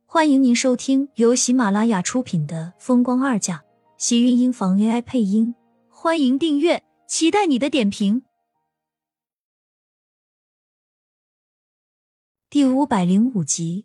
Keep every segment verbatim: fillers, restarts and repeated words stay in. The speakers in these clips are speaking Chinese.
欢迎您收听由喜马拉雅出品的《风光二嫁》，喜运音房 A I 配音。欢迎订阅，期待你的点评。第五百零五集。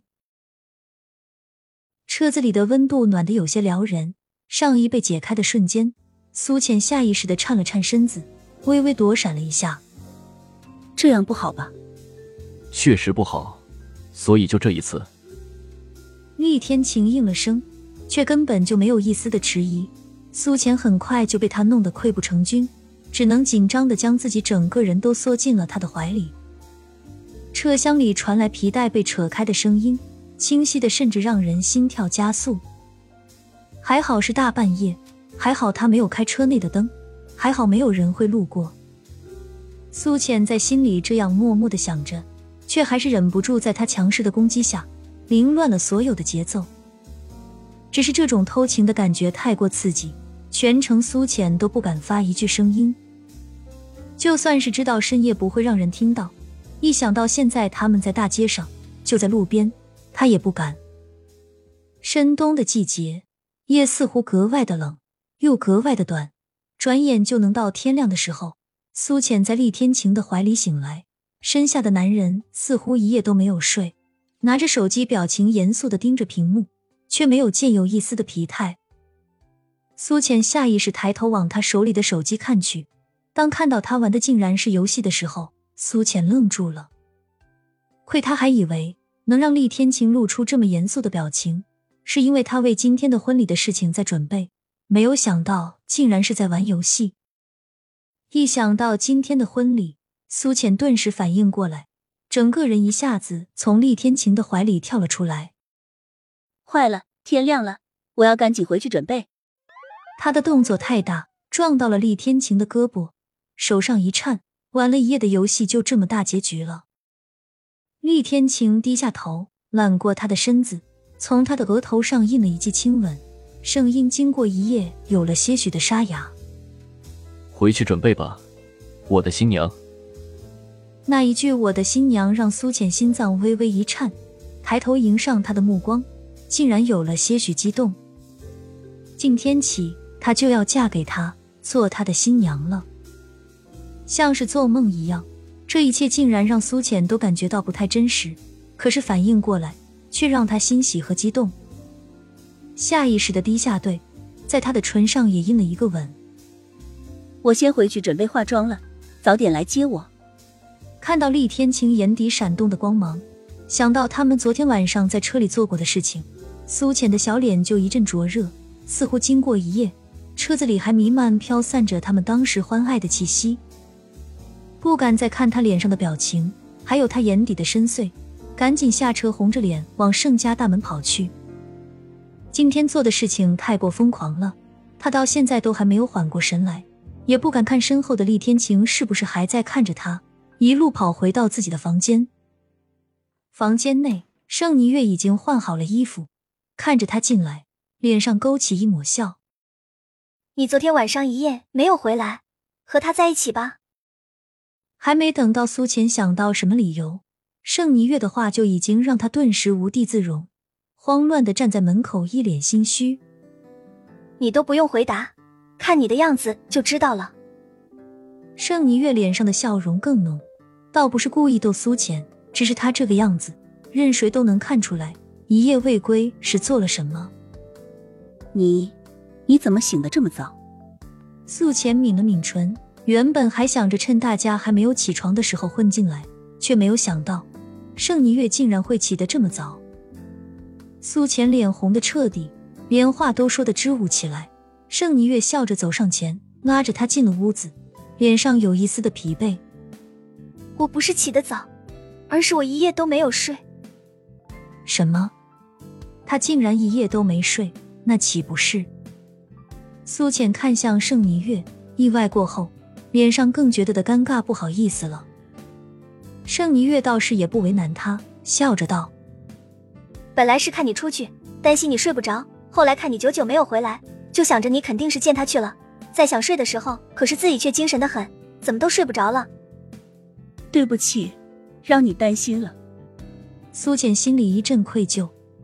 车子里的温度暖得有些撩人，上衣被解开的瞬间，苏浅下意识地颤了颤身子，微微躲闪了一下。 这样不好吧？ 确实不好，所以就这一次。 厉天晴应了声，却根本就没有一丝的迟疑。苏浅很快就被他弄得溃不成军，只能紧张地将自己整个人都缩进了他的怀里。车厢里传来皮带被扯开的声音，清晰的甚至让人心跳加速。还好是大半夜，还好他没有开车内的灯，还好没有人会路过。苏浅在心里这样默默地想着，却还是忍不住在他强势的攻击下凌乱了所有的节奏。只是这种偷情的感觉太过刺激，全程苏浅都不敢发一句声音。就算是知道深夜不会让人听到，一想到现在他们在大街上，就在路边，他也不敢。深冬的季节，夜似乎格外的冷，又格外的短，转眼就能到天亮的时候。苏浅在厉天晴的怀里醒来，身下的男人似乎一夜都没有睡，拿着手机，表情严肃地盯着屏幕，却没有见有一丝的疲态。苏浅下意识抬头往他手里的手机看去，当看到他玩的竟然是游戏的时候，苏浅愣住了。亏他还以为能让厉天晴露出这么严肃的表情，是因为他为今天的婚礼的事情在准备，没有想到竟然是在玩游戏。一想到今天的婚礼，苏浅顿时反应过来，整个人一下子从厉天晴的怀里跳了出来。 坏了，天亮了，我要赶紧回去准备。 他的动作太大，撞到了厉天晴的胳膊，手上一颤，玩了一夜的游戏就这么大结局了。厉天晴低下头，揽过他的身子，从他的额头上印了一记亲吻，声音经过一夜有了些许的沙哑。 回去准备吧，我的新娘。 那一句我的新娘让苏浅心脏微微一颤，抬头迎上他的目光，竟然有了些许激动。今天起，她就要嫁给他，做他的新娘了。像是做梦一样，这一切竟然让苏浅都感觉到不太真实，可是反应过来，却让她欣喜和激动。下意识地低下对，在他的唇上也印了一个吻。 我先回去准备化妆了，早点来接我。 看到厉天晴眼底闪动的光芒，想到他们昨天晚上在车里做过的事情，苏浅的小脸就一阵灼热，似乎经过一夜，车子里还弥漫飘散着他们当时欢爱的气息。不敢再看他脸上的表情，还有他眼底的深邃，赶紧下车，红着脸往盛家大门跑去。今天做的事情太过疯狂了，他到现在都还没有缓过神来，也不敢看身后的厉天晴是不是还在看着他，一路跑回到自己的房间。房间内，盛霓月已经换好了衣服，看着他进来，脸上勾起一抹笑。 你昨天晚上一夜没有回来，和他在一起吧？ 还没等到苏浅想到什么理由，盛霓月的话就已经让他顿时无地自容，慌乱地站在门口，一脸心虚。 你都不用回答，看你的样子就知道了。 盛霓月脸上的笑容更浓，倒不是故意逗苏浅，只是他这个样子，任谁都能看出来，一夜未归是做了什么。 你，你怎么醒得这么早？ 苏浅抿了抿唇，原本还想着趁大家还没有起床的时候混进来，却没有想到盛霓月竟然会起得这么早。苏浅脸红得彻底，连话都说得支吾起来。盛霓月笑着走上前，拉着他进了屋子，脸上有一丝的疲惫。 我不是起得早，而是我一夜都没有睡。 什么？他竟然一夜都没睡，那岂不是？苏浅看向盛霓月，意外过后，脸上更觉得的尴尬不好意思了。盛霓月倒是也不为难他，笑着道： 本来是看你出去，担心你睡不着，后来看你久久没有回来，就想着你肯定是见他去了，在想睡的时候，可是自己却精神得很，怎么都睡不着了。 对不起，让你担心了。 苏浅心里一阵愧疚，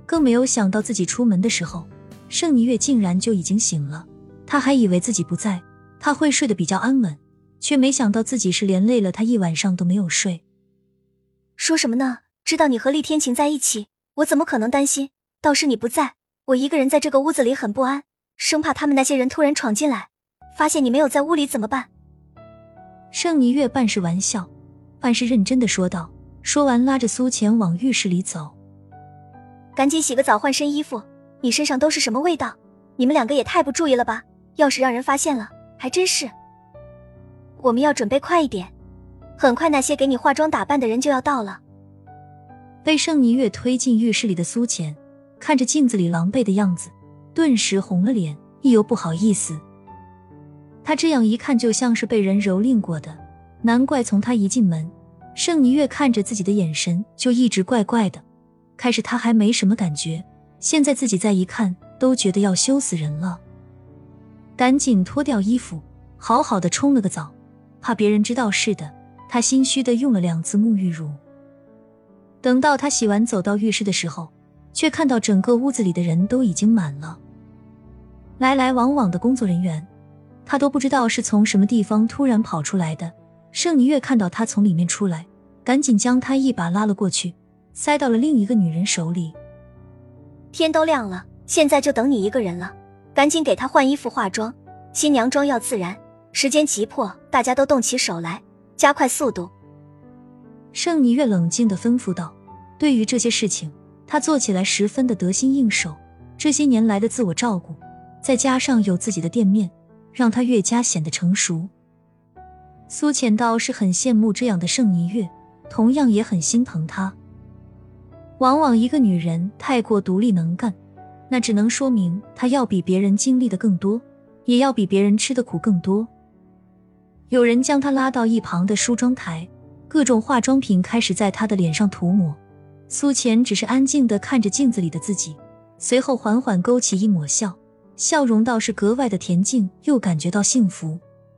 更没有想到自己出门的时候，盛霓月竟然就已经醒了。他还以为自己不在，他会睡得比较安稳，却没想到自己是连累了他一晚上都没有睡。 说什么呢？知道你和厉天晴在一起，我怎么可能担心？倒是你不在，我一个人在这个屋子里很不安，生怕他们那些人突然闯进来，发现你没有在屋里怎么办？ 盛霓月半是玩笑半是认真的说道，说完拉着苏浅往浴室里走。 赶紧洗个澡换身衣服，你身上都是什么味道？你们两个也太不注意了吧，要是让人发现了还真是。我们要准备快一点，很快那些给你化妆打扮的人就要到了。 被盛霓月推进浴室里的苏浅看着镜子里狼狈的样子，顿时红了脸，亦又不好意思。他这样一看就像是被人蹂躏过的，难怪从他一进门，盛霓月看着自己的眼神就一直怪怪的。开始他还没什么感觉，现在自己再一看都觉得要羞死人了。赶紧脱掉衣服，好好的冲了个澡，怕别人知道似的，他心虚的用了两次沐浴乳。等到他洗完走到浴室的时候，却看到整个屋子里的人都已经满了，来来往往的工作人员，他都不知道是从什么地方突然跑出来的。盛霓月看到他从里面出来，赶紧将他一把拉了过去，塞到了另一个女人手里。 天都亮了，现在就等你一个人了，赶紧给他换衣服化妆，新娘妆要自然，时间急迫，大家都动起手来，加快速度。 盛霓月冷静地吩咐道，对于这些事情他做起来十分的得心应手，这些年来的自我照顾，再加上有自己的店面，让他越加显得成熟。苏浅倒是很羡慕这样的盛霓月，同样也很心疼他。往往一个女人太过独立能干，那只能说明她要比别人经历的更多，也要比别人吃的苦更多。有人将她拉到一旁的梳妆台，各种化妆品开始在她的脸上涂抹。苏浅只是安静地看着镜子里的自己，随后缓缓勾起一抹笑，笑容倒是格外的恬静，又感觉到幸福。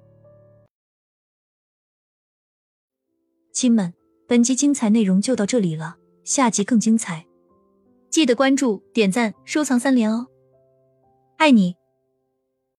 亲们，本集精彩内容就到这里了，下集更精彩，记得关注、点赞、收藏三连哦！爱你。